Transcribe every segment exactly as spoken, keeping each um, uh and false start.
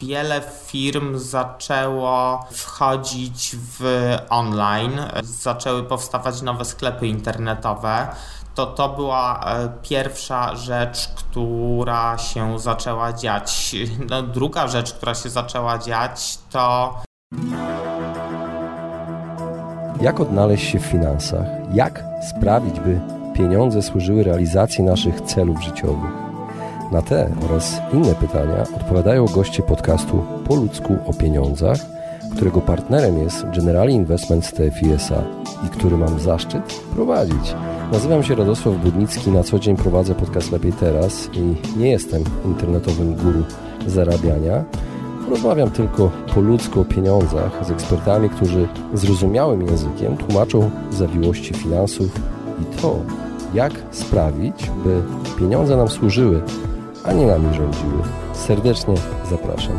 wiele firm zaczęło wchodzić w online, zaczęły powstawać nowe sklepy internetowe. To to była pierwsza rzecz, która się zaczęła dziać. No, druga rzecz, która się zaczęła dziać, to... Jak odnaleźć się w finansach? Jak sprawić, by pieniądze służyły realizacji naszych celów życiowych? Na te oraz inne pytania odpowiadają goście podcastu Po ludzku o pieniądzach, którego partnerem jest Generali Investments T F I S A i który mam zaszczyt prowadzić. Nazywam się Radosław Budnicki, na co dzień prowadzę podcast Lepiej Teraz i nie jestem internetowym guru zarabiania. Rozmawiam tylko po ludzku o pieniądzach z ekspertami, którzy zrozumiałym językiem tłumaczą zawiłości finansów i to, jak sprawić, by pieniądze nam służyły, a nie nami rządziły. Serdecznie zapraszam.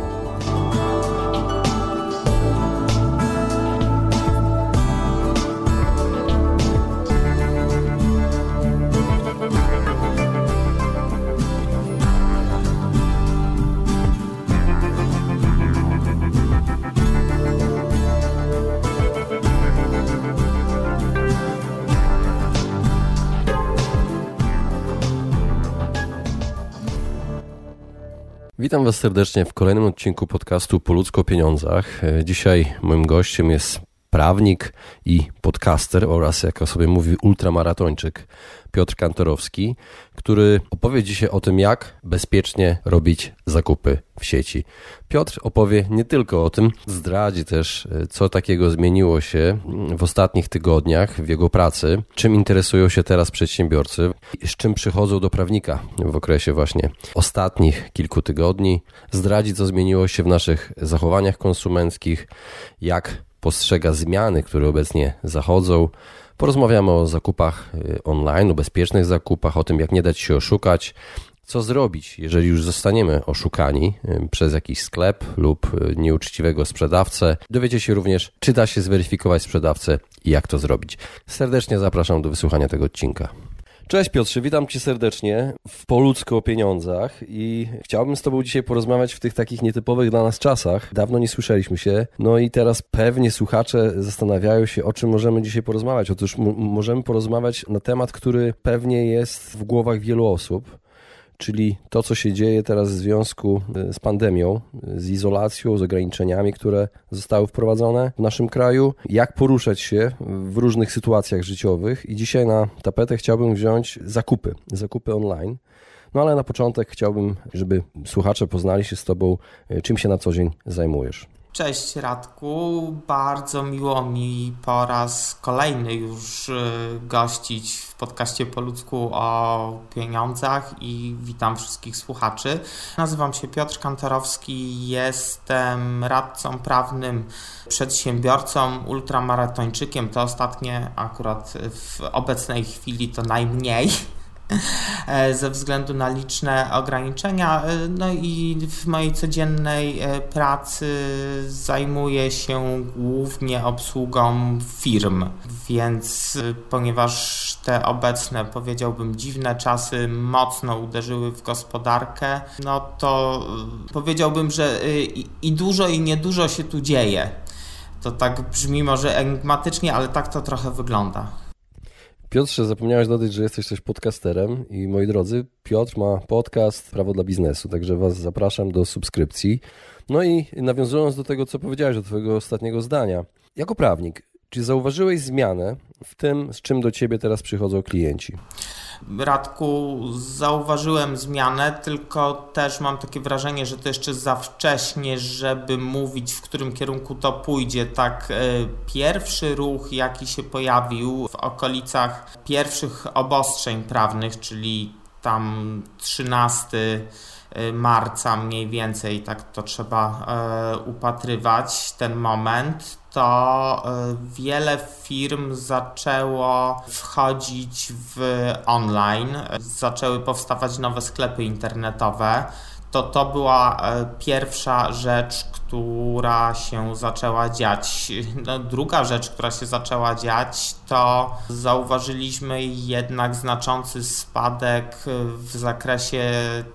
Witam Was serdecznie w kolejnym odcinku podcastu Po ludzku o pieniądzach. Dzisiaj moim gościem jest prawnik i podcaster oraz, jak o sobie mówi, ultramaratończyk Piotr Kantorowski, który opowie dzisiaj o tym, jak bezpiecznie robić zakupy w sieci. Piotr opowie nie tylko o tym, zdradzi też, co takiego zmieniło się w ostatnich tygodniach w jego pracy, czym interesują się teraz przedsiębiorcy, z czym przychodzą do prawnika w okresie właśnie ostatnich kilku tygodni. Zdradzi, co zmieniło się w naszych zachowaniach konsumenckich, jak postrzega zmiany, które obecnie zachodzą. Porozmawiamy o zakupach online, o bezpiecznych zakupach, o tym, jak nie dać się oszukać, co zrobić, jeżeli już zostaniemy oszukani przez jakiś sklep lub nieuczciwego sprzedawcę. Dowiecie się również, czy da się zweryfikować sprzedawcę i jak to zrobić. Serdecznie zapraszam do wysłuchania tego odcinka. Cześć Piotrze, witam Cię serdecznie w Po ludzku o pieniądzach i chciałbym z Tobą dzisiaj porozmawiać w tych takich nietypowych dla nas czasach. Dawno nie słyszeliśmy się, no i teraz pewnie słuchacze zastanawiają się, o czym możemy dzisiaj porozmawiać. Otóż m- możemy porozmawiać na temat, który pewnie jest w głowach wielu osób, czyli to, co się dzieje teraz w związku z pandemią, z izolacją, z ograniczeniami, które zostały wprowadzone w naszym kraju, jak poruszać się w różnych sytuacjach życiowych. I dzisiaj na tapetę chciałbym wziąć zakupy, zakupy online. No ale na początek chciałbym, żeby słuchacze poznali się z Tobą, czym się na co dzień zajmujesz. Cześć Radku, bardzo miło mi po raz kolejny już gościć w podcaście Po ludzku o pieniądzach i witam wszystkich słuchaczy. Nazywam się Piotr Kantorowski, jestem radcą prawnym, przedsiębiorcą, ultramaratończykiem. To ostatnie akurat w obecnej chwili to najmniej, ze względu na liczne ograniczenia. No i w mojej codziennej pracy zajmuję się głównie obsługą firm, więc ponieważ te obecne, powiedziałbym, dziwne czasy mocno uderzyły w gospodarkę, no to powiedziałbym, że i dużo i niedużo się tu dzieje. To tak brzmi może enigmatycznie, ale tak to trochę wygląda. Piotrze, zapomniałeś dodać, że jesteś też podcasterem i moi drodzy, Piotr ma podcast Prawo dla biznesu, także Was zapraszam do subskrypcji. No i nawiązując do tego, co powiedziałeś, do Twojego ostatniego zdania. Jako prawnik, czy zauważyłeś zmianę w tym, z czym do Ciebie teraz przychodzą klienci? Radku, zauważyłem zmianę, tylko też mam takie wrażenie, że to jeszcze za wcześnie, żeby mówić, w którym kierunku to pójdzie. Tak, pierwszy ruch, jaki się pojawił w okolicach pierwszych obostrzeń prawnych, czyli tam trzynastego marca mniej więcej, tak to trzeba e, upatrywać ten moment, to e, wiele firm zaczęło wchodzić w online, zaczęły powstawać nowe sklepy internetowe. To to była e, pierwsza rzecz, która się zaczęła dziać. No, druga rzecz, która się zaczęła dziać, to zauważyliśmy jednak znaczący spadek w zakresie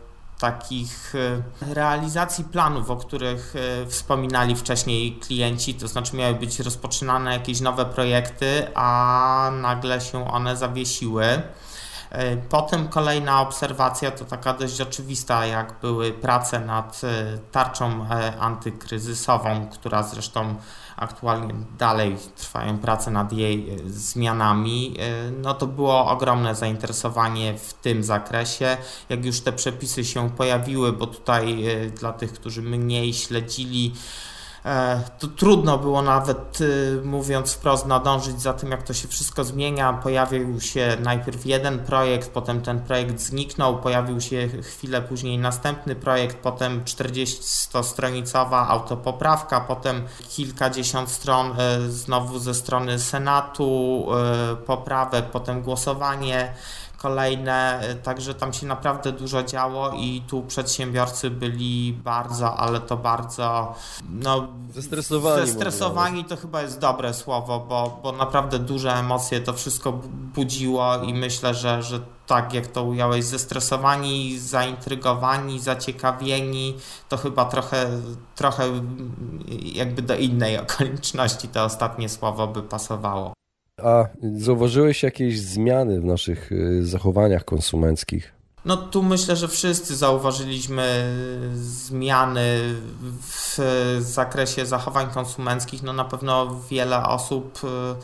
takich realizacji planów, o których wspominali wcześniej klienci, to znaczy miały być rozpoczynane jakieś nowe projekty, a nagle się one zawiesiły. Potem kolejna obserwacja to taka dość oczywista, jak były prace nad tarczą antykryzysową, która zresztą aktualnie dalej trwają prace nad jej zmianami. No to było ogromne zainteresowanie w tym zakresie. Jak już te przepisy się pojawiły, bo tutaj dla tych, którzy mniej śledzili, to trudno było nawet, mówiąc wprost, nadążyć za tym, jak to się wszystko zmienia. Pojawił się najpierw jeden projekt, potem ten projekt zniknął, pojawił się chwilę później następny projekt, potem czterdziestostronicowa autopoprawka, potem kilkadziesiąt stron znowu ze strony Senatu poprawek, potem głosowanie kolejne, także tam się naprawdę dużo działo i tu przedsiębiorcy byli bardzo, ale to bardzo no, zestresowani. Zestresowani to chyba jest dobre słowo, bo, bo naprawdę duże emocje to wszystko budziło i myślę, że, że tak jak to ująłeś, zestresowani, zaintrygowani, zaciekawieni, to chyba trochę, trochę jakby do innej okoliczności to ostatnie słowo by pasowało. A zauważyłeś jakieś zmiany w naszych zachowaniach konsumenckich? No tu myślę, że wszyscy zauważyliśmy zmiany w zakresie zachowań konsumenckich. No na pewno wiele osób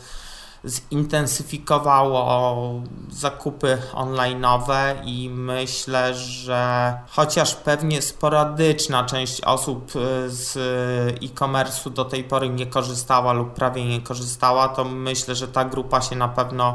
zintensyfikowało zakupy online'owe i myślę, że chociaż pewnie sporadyczna część osób z e-commerce'u do tej pory nie korzystała lub prawie nie korzystała, to myślę, że ta grupa się na pewno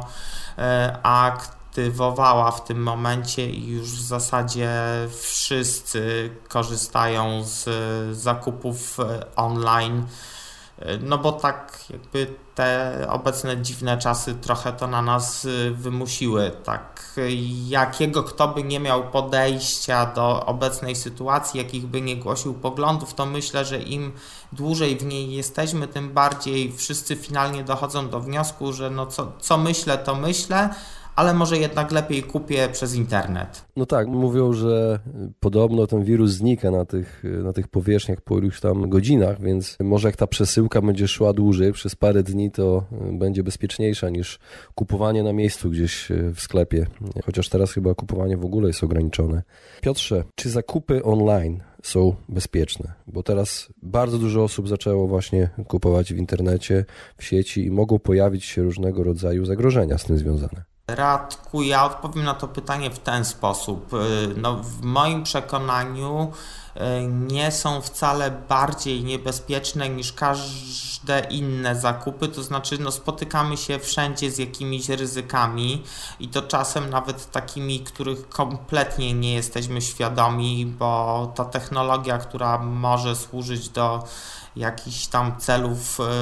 aktywowała w tym momencie i już w zasadzie wszyscy korzystają z zakupów online. No bo tak jakby te obecne dziwne czasy trochę to na nas wymusiły. Tak jakiego kto by nie miał podejścia do obecnej sytuacji, jakich by nie głosił poglądów, to myślę, że im dłużej w niej jesteśmy, tym bardziej wszyscy finalnie dochodzą do wniosku, że no co, co myślę, to myślę, ale może jednak lepiej kupię przez internet. No tak, mówią, że podobno ten wirus znika na tych, na tych powierzchniach po iluś tam godzinach, więc może jak ta przesyłka będzie szła dłużej, przez parę dni, to będzie bezpieczniejsza niż kupowanie na miejscu gdzieś w sklepie, chociaż teraz chyba kupowanie w ogóle jest ograniczone. Piotrze, czy zakupy online są bezpieczne? Bo teraz bardzo dużo osób zaczęło właśnie kupować w internecie, w sieci i mogą pojawić się różnego rodzaju zagrożenia z tym związane. Radku, ja odpowiem na to pytanie w ten sposób. No, w moim przekonaniu nie są wcale bardziej niebezpieczne niż każde inne zakupy, to znaczy no, spotykamy się wszędzie z jakimiś ryzykami i to czasem nawet takimi, których kompletnie nie jesteśmy świadomi, bo ta technologia, która może służyć do jakichś tam celów yy,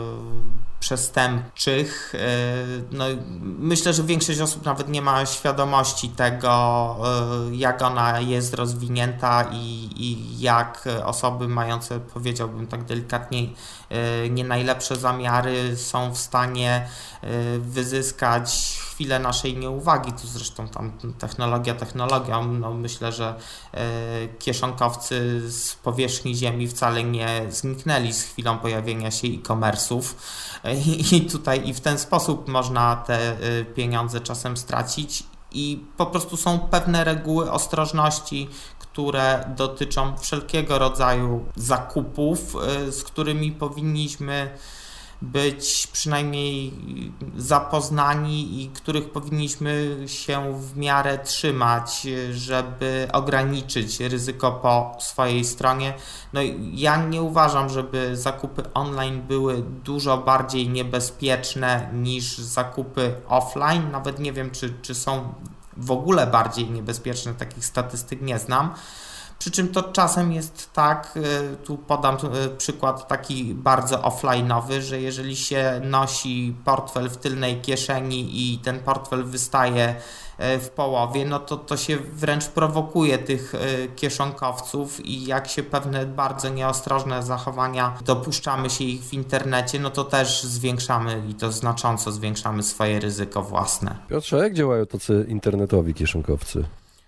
przestępczych. No, myślę, że większość osób nawet nie ma świadomości tego, jak ona jest rozwinięta i, i jak osoby mające, powiedziałbym tak delikatnie, nie najlepsze zamiary są w stanie wyzyskać chwilę naszej nieuwagi. Tu zresztą tam technologia technologią. No, myślę, że kieszonkowcy z powierzchni ziemi wcale nie zniknęli z chwilą pojawienia się e-commerce'ów. I tutaj i w ten sposób można te pieniądze czasem stracić i po prostu są pewne reguły ostrożności, które dotyczą wszelkiego rodzaju zakupów, z którymi powinniśmy być przynajmniej zapoznani i których powinniśmy się w miarę trzymać, żeby ograniczyć ryzyko po swojej stronie. No ja nie uważam, żeby zakupy online były dużo bardziej niebezpieczne niż zakupy offline. Nawet nie wiem, czy, czy są w ogóle bardziej niebezpieczne, takich statystyk nie znam. Przy czym to czasem jest tak, tu podam przykład taki bardzo offline'owy, że jeżeli się nosi portfel w tylnej kieszeni i ten portfel wystaje w połowie, no to to się wręcz prowokuje tych kieszonkowców i jak się pewne bardzo nieostrożne zachowania dopuszczamy się ich w internecie, no to też zwiększamy i to znacząco zwiększamy swoje ryzyko własne. Piotrze, jak działają tacy internetowi kieszonkowcy?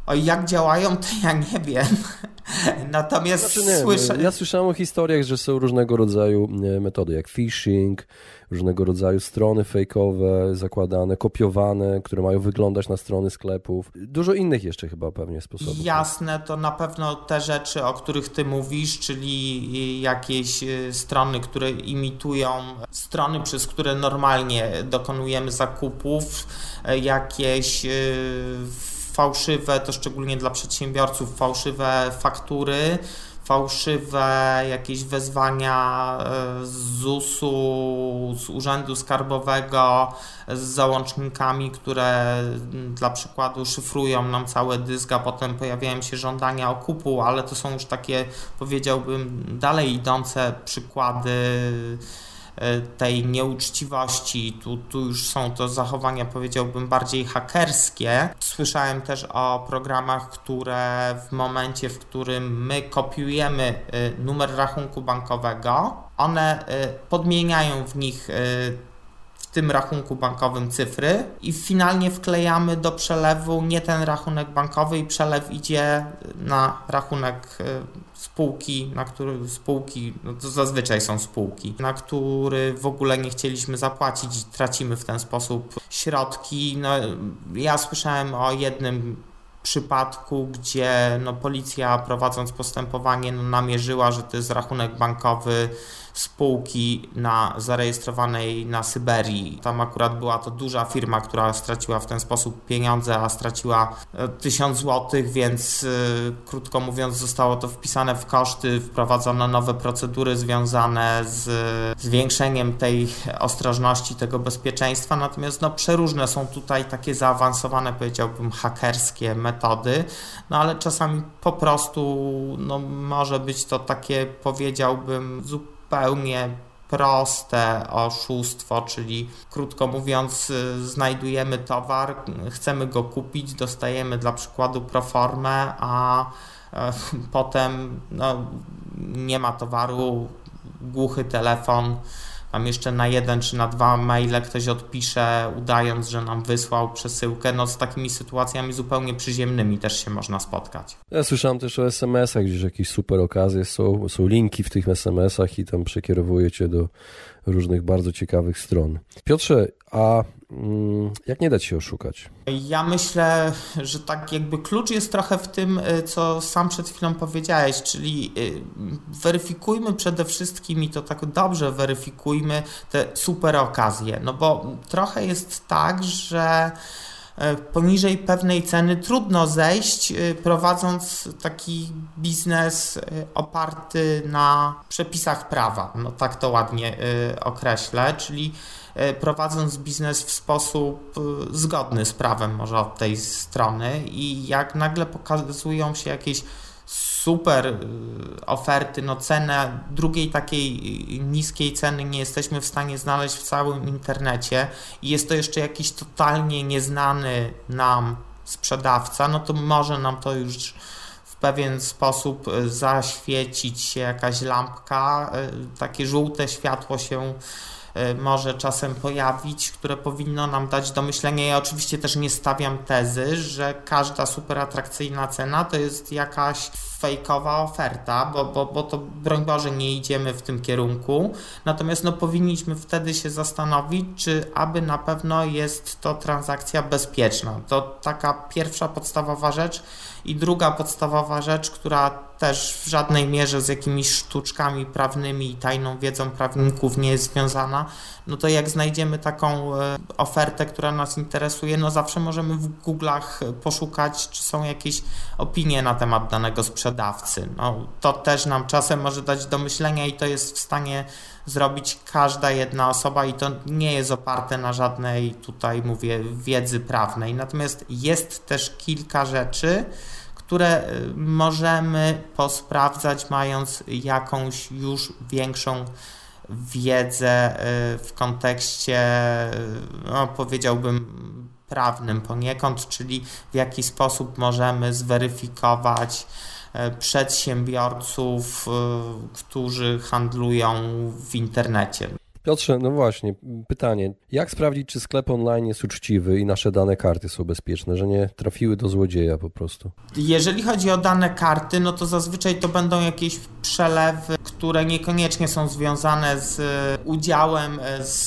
O, jak działają, to ja nie wiem. Natomiast znaczy, nie, słyszę... Ja słyszałem o historiach, że są różnego rodzaju metody, jak phishing, różnego rodzaju strony fejkowe, zakładane, kopiowane, które mają wyglądać na strony sklepów. Dużo innych jeszcze chyba pewnie sposobów. Jasne, to na pewno te rzeczy, o których ty mówisz, czyli jakieś strony, które imitują strony, przez które normalnie dokonujemy zakupów, jakieś fałszywe, to szczególnie dla przedsiębiorców, fałszywe faktury, fałszywe jakieś wezwania z zusu, z Urzędu Skarbowego, z załącznikami, które dla przykładu szyfrują nam cały dysk, a potem pojawiają się żądania okupu, ale to są już takie, powiedziałbym, dalej idące przykłady tej nieuczciwości. Tu, tu już są to zachowania, powiedziałbym, bardziej hakerskie. Słyszałem też o programach, które w momencie, w którym my kopiujemy numer rachunku bankowego, one podmieniają w nich w tym rachunku bankowym cyfry i finalnie wklejamy do przelewu nie ten rachunek bankowy i przelew idzie na rachunek spółki, na który spółki, no to zazwyczaj są spółki, na który w ogóle nie chcieliśmy zapłacić i tracimy w ten sposób środki. No, ja słyszałem o jednym przypadku, gdzie no, policja, prowadząc postępowanie, no, namierzyła, że to jest rachunek bankowy spółki na, zarejestrowanej na Syberii. Tam akurat była to duża firma, która straciła w ten sposób pieniądze, a straciła tysiąc złotych, więc y, krótko mówiąc zostało to wpisane w koszty, wprowadzono nowe procedury związane z zwiększeniem tej ostrożności, tego bezpieczeństwa, natomiast no, przeróżne są tutaj takie zaawansowane, powiedziałbym, hakerskie metody, no ale czasami po prostu no, może być to takie, powiedziałbym, zupełnie zupełnie proste oszustwo, czyli krótko mówiąc znajdujemy towar, chcemy go kupić, dostajemy dla przykładu proformę, a potem no, nie ma towaru, głuchy telefon, tam jeszcze na jeden czy na dwa maile ktoś odpisze, udając, że nam wysłał przesyłkę. No z takimi sytuacjami zupełnie przyziemnymi też się można spotkać. Ja słyszałem też o es em esach, gdzieś jakieś super okazje są, są linki w tych es em esach i tam przekierowuje cię do różnych bardzo ciekawych stron. Piotrze, a mm, jak nie dać się oszukać? Ja myślę, że tak jakby klucz jest trochę w tym, co sam przed chwilą powiedziałeś, czyli weryfikujmy przede wszystkim i to tak dobrze weryfikujmy te super okazje, no bo trochę jest tak, że poniżej pewnej ceny trudno zejść, prowadząc taki biznes oparty na przepisach prawa, no tak to ładnie określę, czyli prowadząc biznes w sposób zgodny z prawem może od tej strony i jak nagle pokazują się jakieś super oferty, no cenę drugiej takiej niskiej ceny nie jesteśmy w stanie znaleźć w całym internecie i jest to jeszcze jakiś totalnie nieznany nam sprzedawca, no to może nam to już w pewien sposób zaświecić się jakaś lampka, takie żółte światło się może czasem pojawić, które powinno nam dać do myślenia. Ja oczywiście też nie stawiam tezy, że każda super atrakcyjna cena to jest jakaś fejkowa oferta, bo, bo, bo to broń Boże nie idziemy w tym kierunku. Natomiast no, powinniśmy wtedy się zastanowić, czy aby na pewno jest to transakcja bezpieczna. To taka pierwsza podstawowa rzecz. I druga podstawowa rzecz, która też w żadnej mierze z jakimiś sztuczkami prawnymi i tajną wiedzą prawników nie jest związana, no to jak znajdziemy taką ofertę, która nas interesuje, no zawsze możemy w Google'ach poszukać, czy są jakieś opinie na temat danego sprzedawcy. No, to też nam czasem może dać do myślenia i to jest w stanie zrobić każda jedna osoba i to nie jest oparte na żadnej, tutaj mówię, wiedzy prawnej. Natomiast jest też kilka rzeczy, które możemy posprawdzać, mając jakąś już większą wiedzę w kontekście, no, powiedziałbym, prawnym poniekąd, czyli w jaki sposób możemy zweryfikować przedsiębiorców, którzy handlują w internecie. Piotrze, no właśnie, pytanie. Jak sprawdzić, czy sklep online jest uczciwy i nasze dane karty są bezpieczne, że nie trafiły do złodzieja po prostu? Jeżeli chodzi o dane karty, no to zazwyczaj to będą jakieś przelewy, które niekoniecznie są związane z udziałem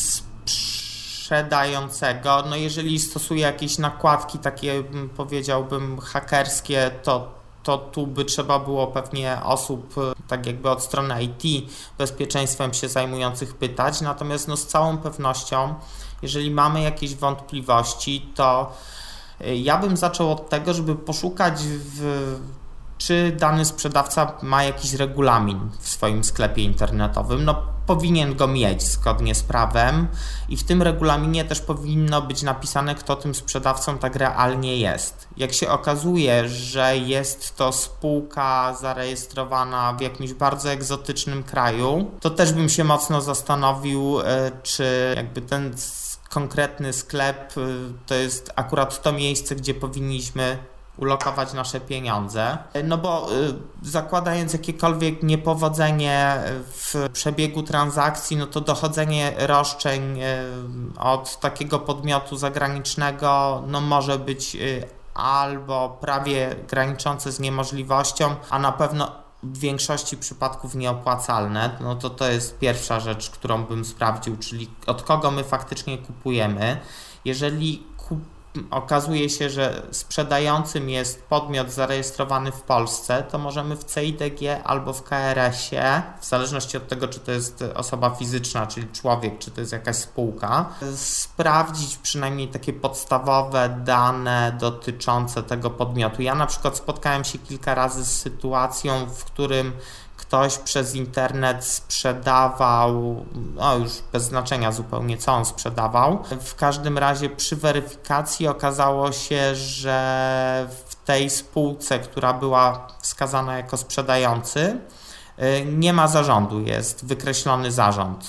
sprzedającego. No jeżeli stosuje jakieś nakładki takie, powiedziałbym, hakerskie, to to tu by trzeba było pewnie osób tak jakby od strony I T bezpieczeństwem się zajmujących pytać, natomiast no z całą pewnością, jeżeli mamy jakieś wątpliwości, to ja bym zaczął od tego, żeby poszukać w czy dany sprzedawca ma jakiś regulamin w swoim sklepie internetowym. No powinien go mieć zgodnie z prawem i w tym regulaminie też powinno być napisane, kto tym sprzedawcą tak realnie jest. Jak się okazuje, że jest to spółka zarejestrowana w jakimś bardzo egzotycznym kraju, to też bym się mocno zastanowił, czy jakby ten konkretny sklep to jest akurat to miejsce, gdzie powinniśmy ulokować nasze pieniądze, no bo y, zakładając jakiekolwiek niepowodzenie w przebiegu transakcji, no to dochodzenie roszczeń y, od takiego podmiotu zagranicznego no może być y, albo prawie graniczące z niemożliwością, a na pewno w większości przypadków nieopłacalne. No to to jest pierwsza rzecz, którą bym sprawdził, czyli od kogo my faktycznie kupujemy. Jeżeli kup okazuje się, że sprzedającym jest podmiot zarejestrowany w Polsce, to możemy w C I D G albo w K R S ie, w zależności od tego, czy to jest osoba fizyczna, czyli człowiek, czy to jest jakaś spółka, sprawdzić przynajmniej takie podstawowe dane dotyczące tego podmiotu. Ja na przykład spotkałem się kilka razy z sytuacją, w którym ktoś przez internet sprzedawał, no już bez znaczenia zupełnie, co on sprzedawał. W każdym razie przy weryfikacji okazało się, że w tej spółce, która była wskazana jako sprzedający, nie ma zarządu, jest wykreślony zarząd.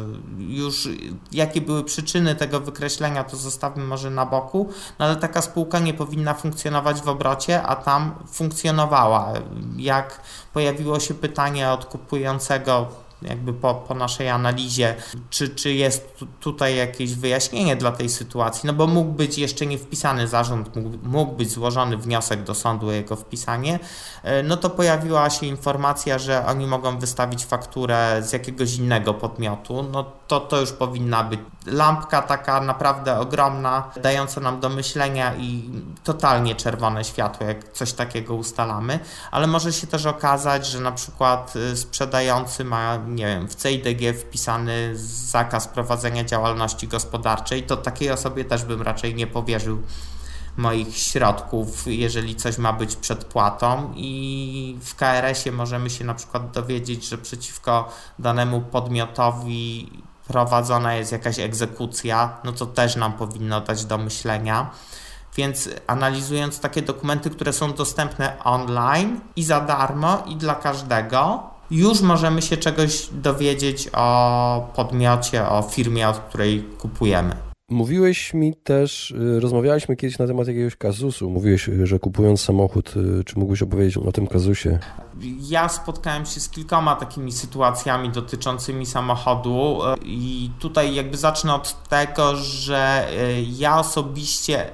Już jakie były przyczyny tego wykreślenia, to zostawmy może na boku, no ale taka spółka nie powinna funkcjonować w obrocie, a tam funkcjonowała. Jak pojawiło się pytanie od kupującego, jakby po, po naszej analizie, czy, czy jest tu, tutaj jakieś wyjaśnienie dla tej sytuacji, no bo mógł być jeszcze nie wpisany zarząd, mógł, mógł być złożony wniosek do sądu o jego wpisanie, no to pojawiła się informacja, że oni mogą wystawić fakturę z jakiegoś innego podmiotu, no to to już powinna być lampka taka naprawdę ogromna, dająca nam do myślenia i totalnie czerwone światło, jak coś takiego ustalamy, ale może się też okazać, że na przykład sprzedający ma, nie wiem, w C I D G wpisany zakaz prowadzenia działalności gospodarczej, to takiej osobie też bym raczej nie powierzył moich środków, jeżeli coś ma być przedpłatą, i w K R S ie możemy się na przykład dowiedzieć, że przeciwko danemu podmiotowi prowadzona jest jakaś egzekucja, no to też nam powinno dać do myślenia. Więc analizując takie dokumenty, które są dostępne online i za darmo i dla każdego, już możemy się czegoś dowiedzieć o podmiocie, o firmie, od której kupujemy. Mówiłeś mi też, rozmawialiśmy kiedyś na temat jakiegoś kazusu. Mówiłeś, że kupując samochód, czy mógłbyś opowiedzieć o tym kazusie? Ja spotkałem się z kilkoma takimi sytuacjami dotyczącymi samochodu i tutaj jakby zacznę od tego, że ja osobiście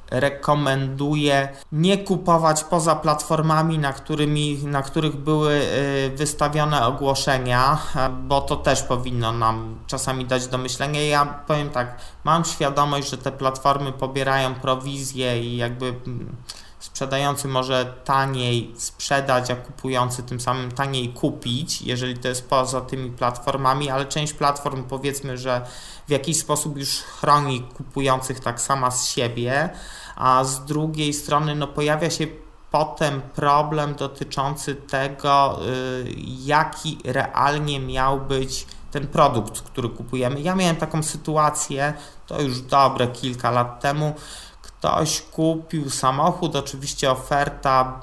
rekomenduję nie kupować poza platformami, na, którymi, na których były wystawione ogłoszenia, bo to też powinno nam czasami dać do myślenia. Ja powiem tak, mam świadomość, że te platformy pobierają prowizję i jakby sprzedający może taniej sprzedać, a kupujący tym samym taniej kupić, jeżeli to jest poza tymi platformami, ale część platform, powiedzmy, że w jakiś sposób już chroni kupujących tak sama z siebie, a z drugiej strony no, pojawia się potem problem dotyczący tego, yy, jaki realnie miał być ten produkt, który kupujemy. Ja miałem taką sytuację, to już dobre kilka lat temu. Ktoś kupił samochód, oczywiście oferta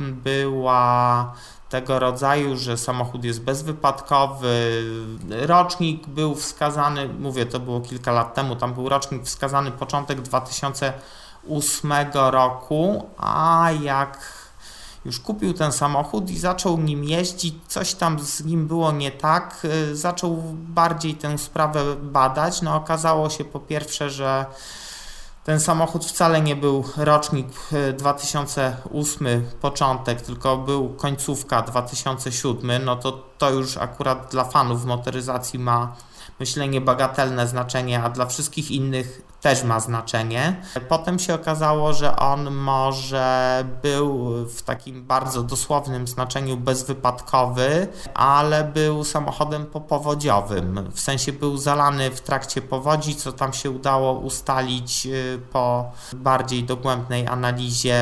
była tego rodzaju, że samochód jest bezwypadkowy, rocznik był wskazany, mówię, to było kilka lat temu, tam był rocznik wskazany początek dwa tysiące ósmego roku, a jak już kupił ten samochód i zaczął nim jeździć, coś tam z nim było nie tak, zaczął bardziej tę sprawę badać. No okazało się po pierwsze, że ten samochód wcale nie był rocznik dwa tysiące ósmy początek, tylko był końcówka dwa tysiące siódmy, no to to już akurat dla fanów motoryzacji ma, myślę, niebagatelne znaczenie, a dla wszystkich innych też ma znaczenie. Potem się okazało, że on może był w takim bardzo dosłownym znaczeniu bezwypadkowy, ale był samochodem popowodziowym. W sensie był zalany w trakcie powodzi, co tam się udało ustalić po bardziej dogłębnej analizie.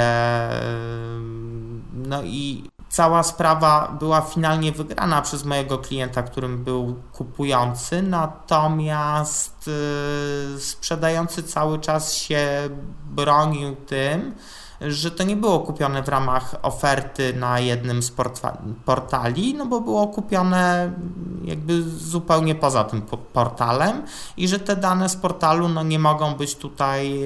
No i cała sprawa była finalnie wygrana przez mojego klienta, którym był kupujący, natomiast yy, sprzedający cały czas się bronił tym, że to nie było kupione w ramach oferty na jednym z portali, no bo było kupione jakby zupełnie poza tym portalem i że te dane z portalu no nie mogą być tutaj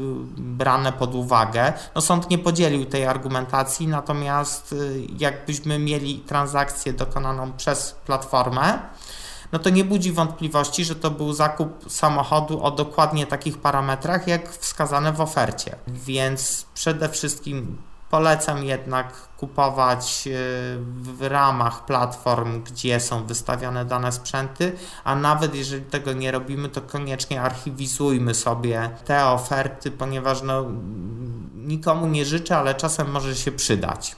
brane pod uwagę. No sąd nie podzielił tej argumentacji, natomiast jakbyśmy mieli transakcję dokonaną przez platformę, no to nie budzi wątpliwości, że to był zakup samochodu o dokładnie takich parametrach, jak wskazane w ofercie. Więc przede wszystkim polecam jednak kupować w ramach platform, gdzie są wystawiane dane sprzęty, a nawet jeżeli tego nie robimy, to koniecznie archiwizujmy sobie te oferty, ponieważ no, nikomu nie życzę, ale czasem może się przydać.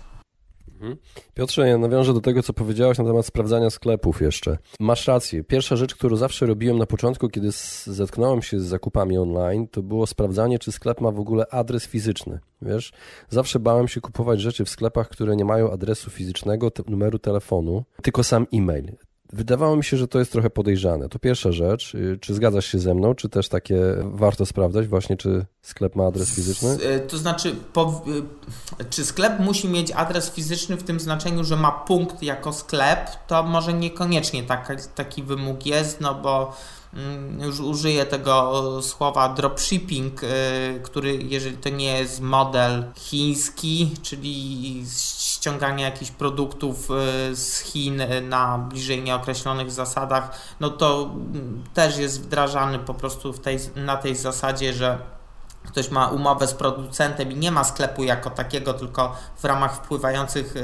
Piotrze, ja nawiążę do tego, co powiedziałeś na temat sprawdzania sklepów jeszcze. Masz rację. Pierwsza rzecz, którą zawsze robiłem na początku, kiedy zetknąłem się z zakupami online, to było sprawdzanie, czy sklep ma w ogóle adres fizyczny. Wiesz, zawsze bałem się kupować rzeczy w sklepach, które nie mają adresu fizycznego, te, numeru telefonu, tylko sam e-mail. Wydawało mi się, że to jest trochę podejrzane. To pierwsza rzecz. Czy zgadzasz się ze mną? Czy też takie warto sprawdzać właśnie, czy sklep ma adres fizyczny? To znaczy, po, czy sklep musi mieć adres fizyczny w tym znaczeniu, że ma punkt jako sklep, to może niekoniecznie taki, taki wymóg jest, no bo już użyję tego słowa dropshipping, który, jeżeli to nie jest model chiński, czyli ściąganie jakichś produktów z Chin na bliżej nieokreślonych zasadach, no to też jest wdrażany po prostu w tej, na tej zasadzie, że ktoś ma umowę z producentem i nie ma sklepu jako takiego, tylko w ramach wpływających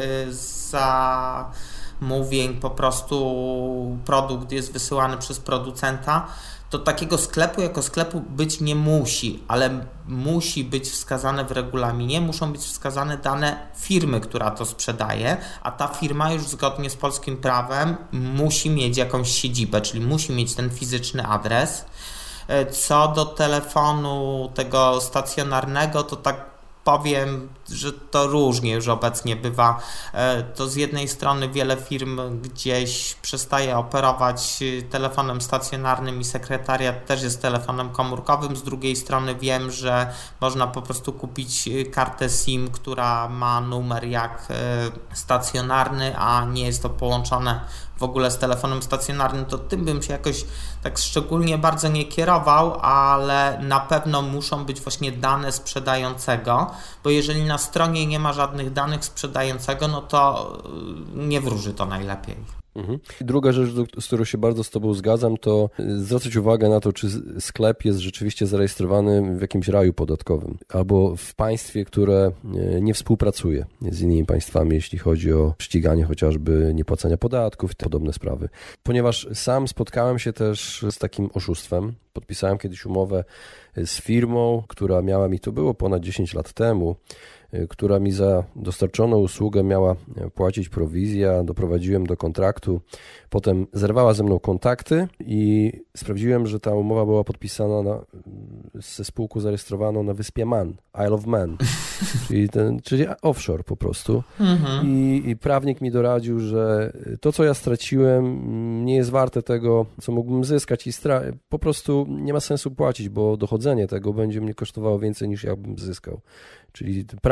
za mówień po prostu produkt jest wysyłany przez producenta, to takiego sklepu jako sklepu być nie musi, ale musi być wskazane w regulaminie, muszą być wskazane dane firmy, która to sprzedaje, a ta firma już zgodnie z polskim prawem musi mieć jakąś siedzibę, czyli musi mieć ten fizyczny adres. Co do telefonu tego stacjonarnego, to tak powiem, że to różnie już obecnie bywa. To z jednej strony wiele firm gdzieś przestaje operować telefonem stacjonarnym i sekretariat też jest telefonem komórkowym. Z drugiej strony wiem, że można po prostu kupić kartę SIM, która ma numer jak stacjonarny, a nie jest to połączone w ogóle z telefonem stacjonarnym, to tym bym się jakoś tak szczególnie bardzo nie kierował, ale na pewno muszą być właśnie dane sprzedającego, bo jeżeli na stronie nie ma żadnych danych sprzedającego, no to nie wróży to najlepiej. Mhm. Druga rzecz, z którą się bardzo z Tobą zgadzam, to zwracać uwagę na to, czy sklep jest rzeczywiście zarejestrowany w jakimś raju podatkowym albo w państwie, które nie współpracuje z innymi państwami, jeśli chodzi o ściganie chociażby niepłacenia podatków i podobne sprawy. Ponieważ sam spotkałem się też z takim oszustwem. Podpisałem kiedyś umowę z firmą, która miała mi, to było ponad dziesięć lat temu, która mi za dostarczoną usługę miała płacić prowizję, a doprowadziłem do kontraktu. Potem zerwała ze mną kontakty i sprawdziłem, że ta umowa była podpisana na, ze spółką zarejestrowaną na wyspie Man, Isle of Man, czyli, ten, czyli offshore po prostu. Mhm. I, I prawnik mi doradził, że to, co ja straciłem, nie jest warte tego, co mógłbym zyskać i stra- po prostu nie ma sensu płacić, bo dochodzenie tego będzie mnie kosztowało więcej niż ja bym zyskał. Czyli prawnik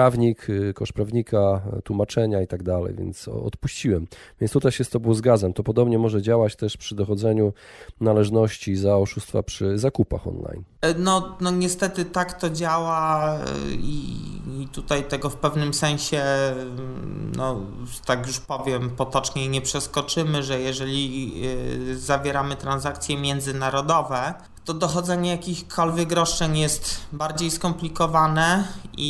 prawnik, koszt prawnika, tłumaczenia i tak dalej, więc odpuściłem. Więc tutaj się z Tobą zgadzam. To podobnie może działać też przy dochodzeniu należności za oszustwa przy zakupach online. No, no niestety tak to działa i, i tutaj tego w pewnym sensie, no tak już powiem potocznie, nie przeskoczymy, że jeżeli zawieramy transakcje międzynarodowe, to dochodzenie jakichkolwiek roszczeń jest bardziej skomplikowane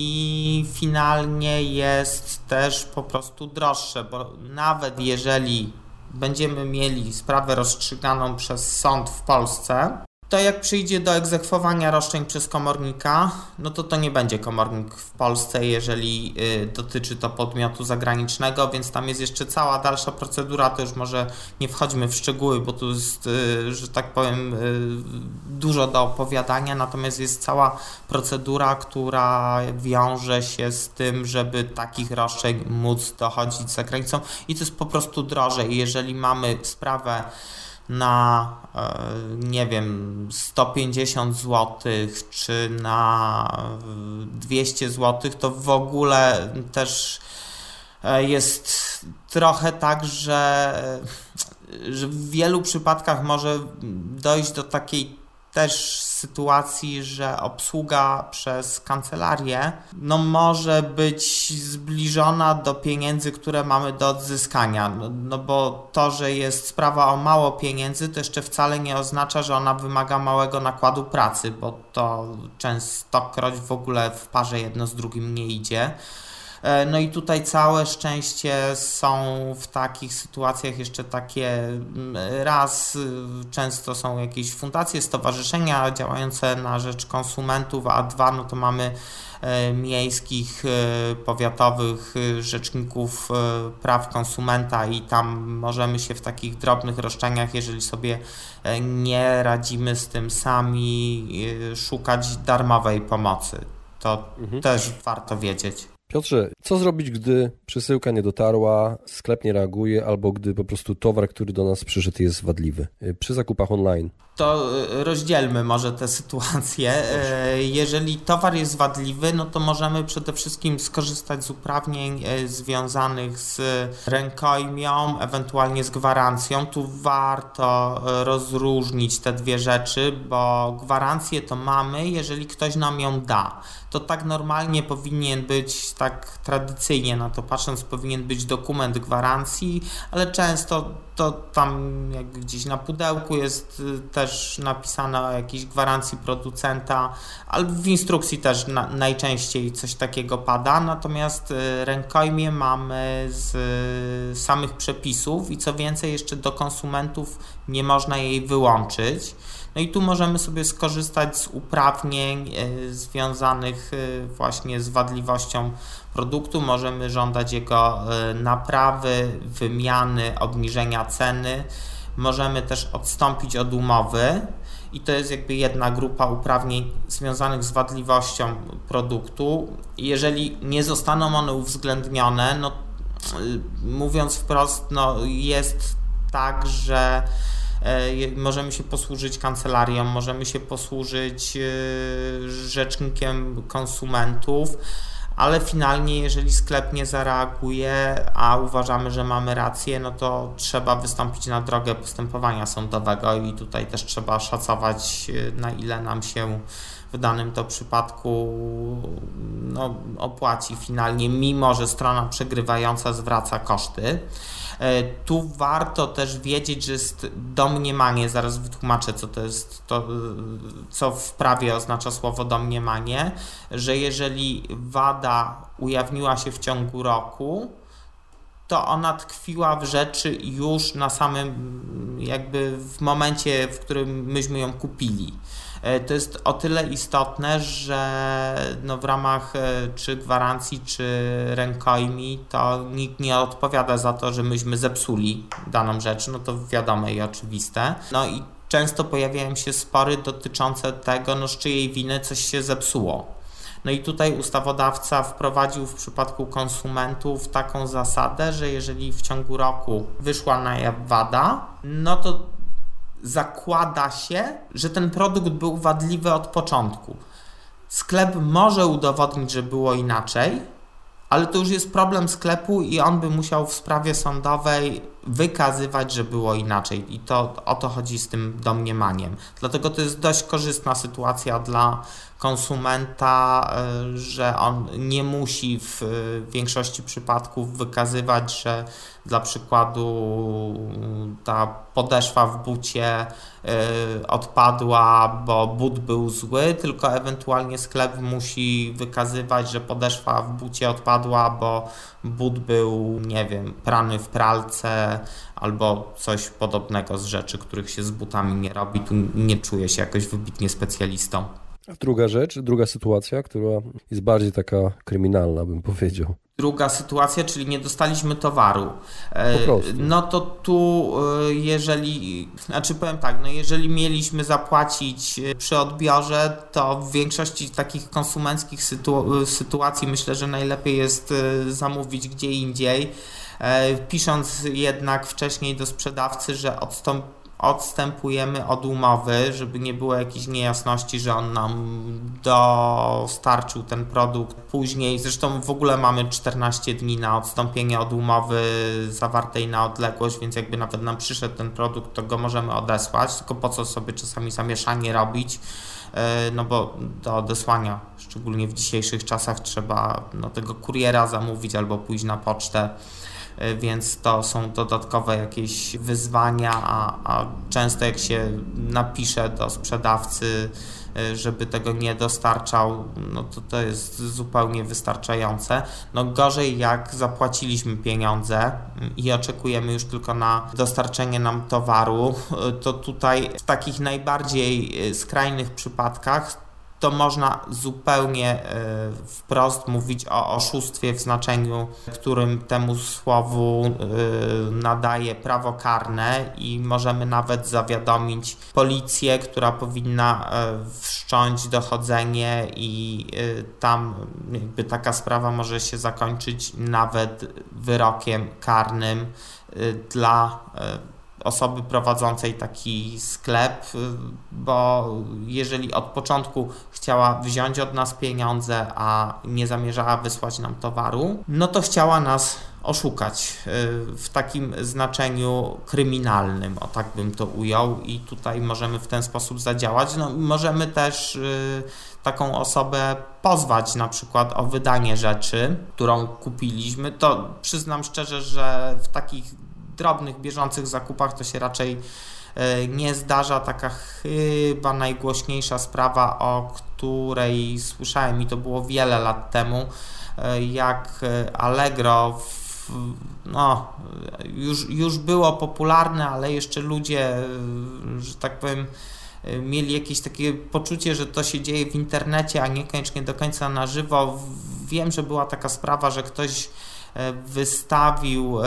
i finalnie jest też po prostu droższe, bo nawet jeżeli będziemy mieli sprawę rozstrzyganą przez sąd w Polsce, to jak przyjdzie do egzekwowania roszczeń przez komornika, no to to nie będzie komornik w Polsce, jeżeli y, dotyczy to podmiotu zagranicznego, więc tam jest jeszcze cała dalsza procedura, to już może nie wchodźmy w szczegóły, bo tu jest, y, że tak powiem, y, dużo do opowiadania, natomiast jest cała procedura, która wiąże się z tym, żeby takich roszczeń móc dochodzić za granicą i to jest po prostu drożej. Jeżeli mamy sprawę na, nie wiem, sto pięćdziesiąt złotych czy na dwieście złotych, to w ogóle też jest trochę tak, że, że w wielu przypadkach może dojść do takiej też sytuacji, że obsługa przez kancelarię no może być zbliżona do pieniędzy, które mamy do odzyskania. No, no bo to, że jest sprawa o mało pieniędzy, to jeszcze wcale nie oznacza, że ona wymaga małego nakładu pracy, bo to częstokroć w ogóle w parze jedno z drugim nie idzie. No i tutaj całe szczęście są w takich sytuacjach jeszcze takie, raz często są jakieś fundacje, stowarzyszenia działające na rzecz konsumentów, a dwa no to mamy miejskich, powiatowych rzeczników praw konsumenta i tam możemy się w takich drobnych roszczeniach, jeżeli sobie nie radzimy z tym sami, szukać darmowej pomocy. To mhm. też warto wiedzieć. Piotrze, co zrobić, gdy przesyłka nie dotarła, sklep nie reaguje, albo gdy po prostu towar, który do nas przyszedł, jest wadliwy przy zakupach online? To rozdzielmy może te sytuacje. Jeżeli towar jest wadliwy, no to możemy przede wszystkim skorzystać z uprawnień związanych z rękojmią, ewentualnie z gwarancją. Tu warto rozróżnić te dwie rzeczy, bo gwarancję to mamy, jeżeli ktoś nam ją da. To tak normalnie powinien być, tak tradycyjnie na to patrząc, powinien być dokument gwarancji, ale często to tam jak gdzieś na pudełku jest też napisane o jakiejś gwarancji producenta, ale w instrukcji też na, najczęściej coś takiego pada, natomiast rękojmię mamy z samych przepisów i co więcej jeszcze do konsumentów nie można jej wyłączyć. No i tu możemy sobie skorzystać z uprawnień związanych właśnie z wadliwością produktu. Możemy żądać jego naprawy, wymiany, obniżenia ceny. Możemy też odstąpić od umowy i to jest jakby jedna grupa uprawnień związanych z wadliwością produktu. Jeżeli nie zostaną one uwzględnione, no mówiąc wprost, no jest tak, że możemy się posłużyć kancelarią, możemy się posłużyć rzecznikiem konsumentów, ale finalnie jeżeli sklep nie zareaguje, a uważamy, że mamy rację, no to trzeba wystąpić na drogę postępowania sądowego i tutaj też trzeba szacować, na ile nam się w danym to przypadku no, opłaci finalnie, mimo że strona przegrywająca zwraca koszty. Tu warto też wiedzieć, że jest domniemanie, zaraz wytłumaczę, co to jest, to, co w prawie oznacza słowo domniemanie, że jeżeli wada ujawniła się w ciągu roku, to ona tkwiła w rzeczy już na samym, jakby w momencie, w którym myśmy ją kupili. To jest o tyle istotne, że no w ramach czy gwarancji, czy rękojmi to nikt nie odpowiada za to, że myśmy zepsuli daną rzecz, no to wiadome i oczywiste. No i często pojawiają się spory dotyczące tego, no z czyjej winy coś się zepsuło. No i tutaj ustawodawca wprowadził w przypadku konsumentów taką zasadę, że jeżeli w ciągu roku wyszła na jaw wada, no to zakłada się, że ten produkt był wadliwy od początku. Sklep może udowodnić, że było inaczej, ale to już jest problem sklepu i on by musiał w sprawie sądowej wykazywać, że było inaczej i to o to chodzi z tym domniemaniem. Dlatego to jest dość korzystna sytuacja dla konsumenta, że on nie musi w większości przypadków wykazywać, że dla przykładu ta podeszwa w bucie odpadła, bo but był zły, tylko ewentualnie sklep musi wykazywać, że podeszwa w bucie odpadła, bo but był, nie wiem, prany w pralce albo coś podobnego z rzeczy, których się z butami nie robi. Tu nie czuję się jakoś wybitnie specjalistą. Druga rzecz, druga sytuacja, która jest bardziej taka kryminalna, bym powiedział. Druga sytuacja, czyli nie dostaliśmy towaru. Po prostu. No to tu, jeżeli, znaczy powiem tak, no jeżeli mieliśmy zapłacić przy odbiorze, to w większości takich konsumenckich sytu- sytuacji myślę, że najlepiej jest zamówić gdzie indziej, pisząc jednak wcześniej do sprzedawcy, że odstąp odstępujemy od umowy, żeby nie było jakichś niejasności, że on nam dostarczył ten produkt później. Zresztą w ogóle mamy czternaście dni na odstąpienie od umowy zawartej na odległość, więc jakby nawet nam przyszedł ten produkt, to go możemy odesłać, tylko po co sobie czasami zamieszanie robić, no bo do odesłania, szczególnie w dzisiejszych czasach, trzeba no, tego kuriera zamówić albo pójść na pocztę. Więc to są dodatkowe jakieś wyzwania, a, a często jak się napisze do sprzedawcy, żeby tego nie dostarczał, no to to jest zupełnie wystarczające. No gorzej jak zapłaciliśmy pieniądze i oczekujemy już tylko na dostarczenie nam towaru, to tutaj w takich najbardziej skrajnych przypadkach to można zupełnie wprost mówić o oszustwie w znaczeniu, którym temu słowu nadaje prawo karne i możemy nawet zawiadomić policję, która powinna wszcząć dochodzenie i tam jakby taka sprawa może się zakończyć nawet wyrokiem karnym dla osoby prowadzącej taki sklep, bo jeżeli od początku chciała wziąć od nas pieniądze, a nie zamierzała wysłać nam towaru, no to chciała nas oszukać w takim znaczeniu kryminalnym, o tak bym to ujął, i tutaj możemy w ten sposób zadziałać. No, możemy też taką osobę pozwać na przykład o wydanie rzeczy, którą kupiliśmy. To przyznam szczerze, że w takich drobnych, bieżących zakupach to się raczej nie zdarza. Taka chyba najgłośniejsza sprawa, o której słyszałem, i to było wiele lat temu, jak Allegro w, no, już, już było popularne, ale jeszcze ludzie, że tak powiem, mieli jakieś takie poczucie, że to się dzieje w internecie, a niekoniecznie do końca na żywo. Wiem, że była taka sprawa, że ktoś wystawił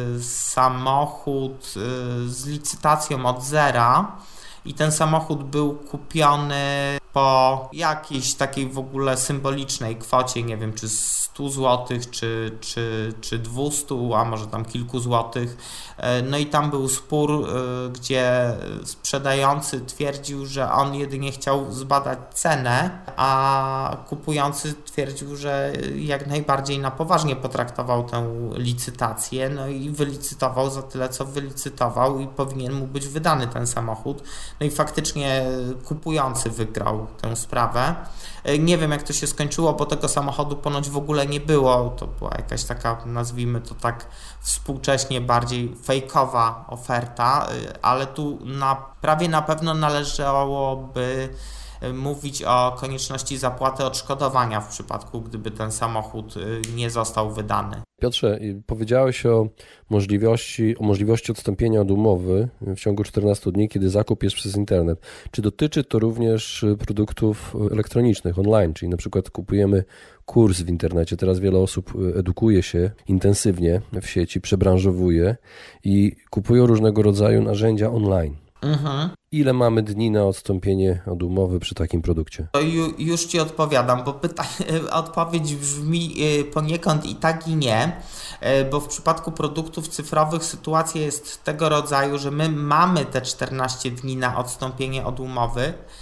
samochód z licytacją od zera i ten samochód był kupiony po jakiejś takiej w ogóle symbolicznej kwocie, nie wiem, czy stu złotych, czy, czy, czy dwustu, a może tam kilku złotych. No i tam był spór, gdzie sprzedający twierdził, że on jedynie chciał zbadać cenę, a kupujący twierdził, że jak najbardziej na poważnie potraktował tę licytację, no i wylicytował za tyle, co wylicytował, i powinien mu być wydany ten samochód. No i faktycznie kupujący wygrał tę sprawę. Nie wiem, jak to się skończyło, bo tego samochodu ponoć w ogóle nie było. To była jakaś taka, nazwijmy to tak współcześnie, bardziej fejkowa oferta, ale tu na, prawie na pewno należałoby mówić o konieczności zapłaty odszkodowania w przypadku, gdyby ten samochód nie został wydany. Piotrze, powiedziałeś o możliwości, o możliwości odstąpienia od umowy w ciągu czternastu dni, kiedy zakup jest przez internet. Czy dotyczy to również produktów elektronicznych, online, czyli na przykład kupujemy kurs w internecie. Teraz wiele osób edukuje się intensywnie w sieci, przebranżowuje i kupują różnego rodzaju narzędzia online. Mhm. Ile mamy dni na odstąpienie od umowy przy takim produkcie? To ju, już Ci odpowiadam, bo pytanie, odpowiedź brzmi poniekąd i tak, i nie, bo w przypadku produktów cyfrowych sytuacja jest tego rodzaju, że my mamy te czternaście dni na odstąpienie od umowy,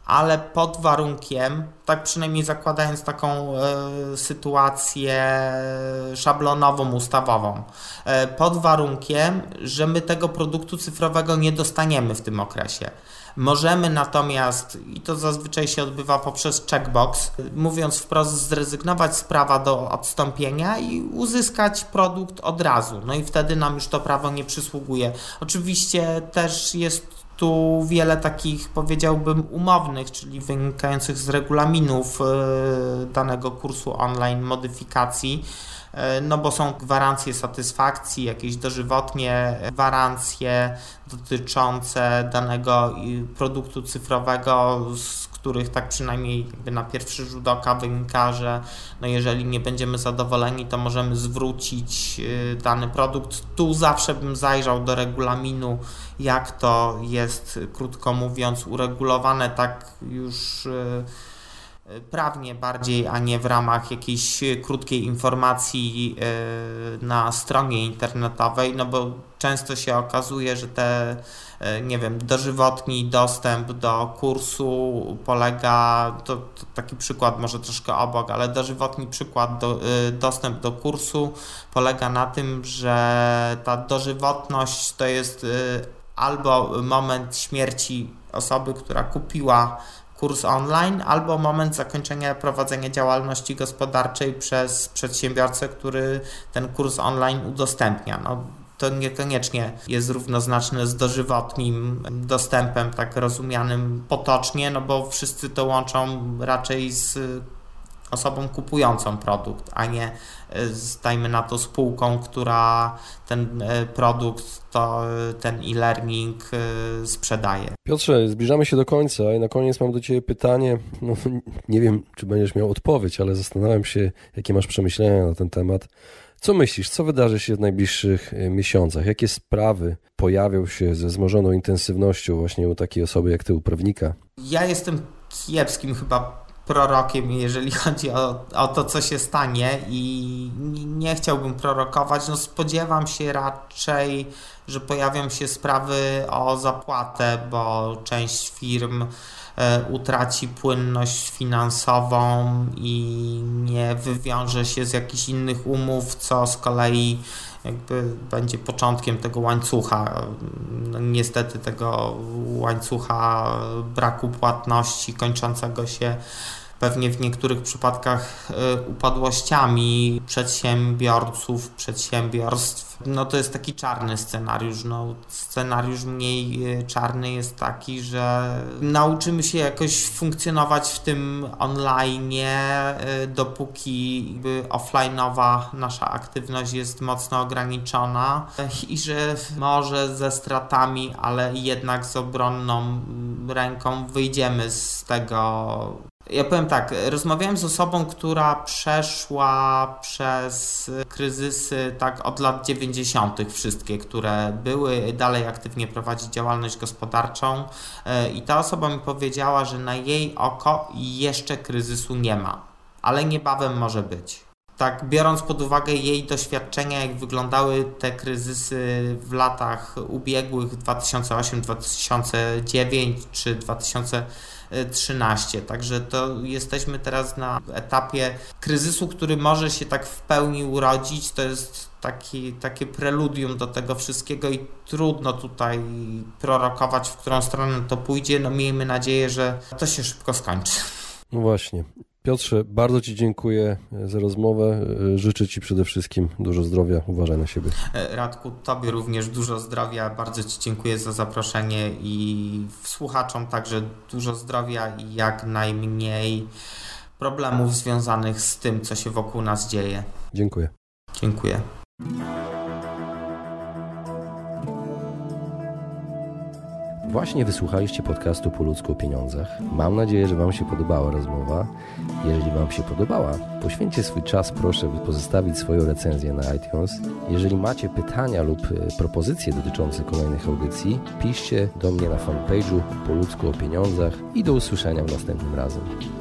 ale pod warunkiem, tak przynajmniej zakładając taką y, sytuację szablonową, ustawową, y, pod warunkiem, że my tego produktu cyfrowego nie dostaniemy w tym okresie. Możemy natomiast, i to zazwyczaj się odbywa poprzez checkbox, mówiąc wprost, zrezygnować z prawa do odstąpienia i uzyskać produkt od razu. No i wtedy nam już to prawo nie przysługuje. Oczywiście też jest tu wiele takich, powiedziałbym, umownych, czyli wynikających z regulaminów danego kursu online modyfikacji, no bo są gwarancje satysfakcji, jakieś dożywotnie gwarancje dotyczące danego produktu cyfrowego, z których tak przynajmniej jakby na pierwszy rzut oka wynika, że no jeżeli nie będziemy zadowoleni, to możemy zwrócić dany produkt. Tu zawsze bym zajrzał do regulaminu, jak to jest, krótko mówiąc, uregulowane tak już prawnie bardziej, a nie w ramach jakiejś krótkiej informacji na stronie internetowej, no bo często się okazuje, że te, nie wiem, dożywotni dostęp do kursu polega, to, to taki przykład może troszkę obok, ale dożywotni przykład, do, dostęp do kursu polega na tym, że ta dożywotność to jest albo moment śmierci osoby, która kupiła kurs online, albo moment zakończenia prowadzenia działalności gospodarczej przez przedsiębiorcę, który ten kurs online udostępnia. No, to niekoniecznie jest równoznaczne z dożywotnim dostępem, tak rozumianym potocznie, no bo wszyscy to łączą raczej z osobą kupującą produkt, a nie, dajmy na to, spółką, która ten produkt, to ten e-learning sprzedaje. Piotrze, zbliżamy się do końca i na koniec mam do Ciebie pytanie. No, nie wiem, czy będziesz miał odpowiedź, ale zastanawiam się, jakie masz przemyślenia na ten temat. Co myślisz, co wydarzy się w najbliższych miesiącach? Jakie sprawy pojawią się ze wzmożoną intensywnością właśnie u takiej osoby jak Ty, u prawnika? Ja jestem kiepskim chyba prorokiem, jeżeli chodzi o, o to, co się stanie, i nie chciałbym prorokować. No, spodziewam się raczej, że pojawią się sprawy o zapłatę, bo część firm e, utraci płynność finansową i nie wywiąże się z jakichś innych umów, co z kolei jakby będzie początkiem tego łańcucha, no, niestety tego łańcucha braku płatności kończącego się pewnie w niektórych przypadkach upadłościami przedsiębiorców, przedsiębiorstw. No to jest taki czarny scenariusz. No, scenariusz mniej czarny jest taki, że nauczymy się jakoś funkcjonować w tym online, dopóki jakby offline'owa nasza aktywność jest mocno ograniczona, i że może ze stratami, ale jednak z obronną ręką wyjdziemy z tego. Ja powiem tak, rozmawiałem z osobą, która przeszła przez kryzysy tak od lat dziewięćdziesiątych wszystkie, które były, dalej aktywnie prowadzi działalność gospodarczą, i ta osoba mi powiedziała, że na jej oko jeszcze kryzysu nie ma, ale niebawem może być. Tak, biorąc pod uwagę jej doświadczenia, jak wyglądały te kryzysy w latach ubiegłych, dwa tysiące osiem, dwa tysiące dziewięć czy dwa tysiące trzynaście. Także to jesteśmy teraz na etapie kryzysu, który może się tak w pełni urodzić. To jest taki, takie preludium do tego wszystkiego i trudno tutaj prorokować, w którą stronę to pójdzie. No miejmy nadzieję, że to się szybko skończy. No właśnie. Piotrze, bardzo Ci dziękuję za rozmowę. Życzę Ci przede wszystkim dużo zdrowia. Uważaj na siebie. Radku, Tobie również dużo zdrowia. Bardzo Ci dziękuję za zaproszenie i słuchaczom także dużo zdrowia i jak najmniej problemów związanych z tym, co się wokół nas dzieje. Dziękuję. Dziękuję. Właśnie wysłuchaliście podcastu Po ludzku o pieniądzach. Mam nadzieję, że Wam się podobała rozmowa. Jeżeli Wam się podobała, poświęćcie swój czas, proszę, by pozostawić swoją recenzję na iTunes. Jeżeli macie pytania lub propozycje dotyczące kolejnych audycji, piszcie do mnie na fanpage'u Po ludzku o pieniądzach i do usłyszenia następnym razem.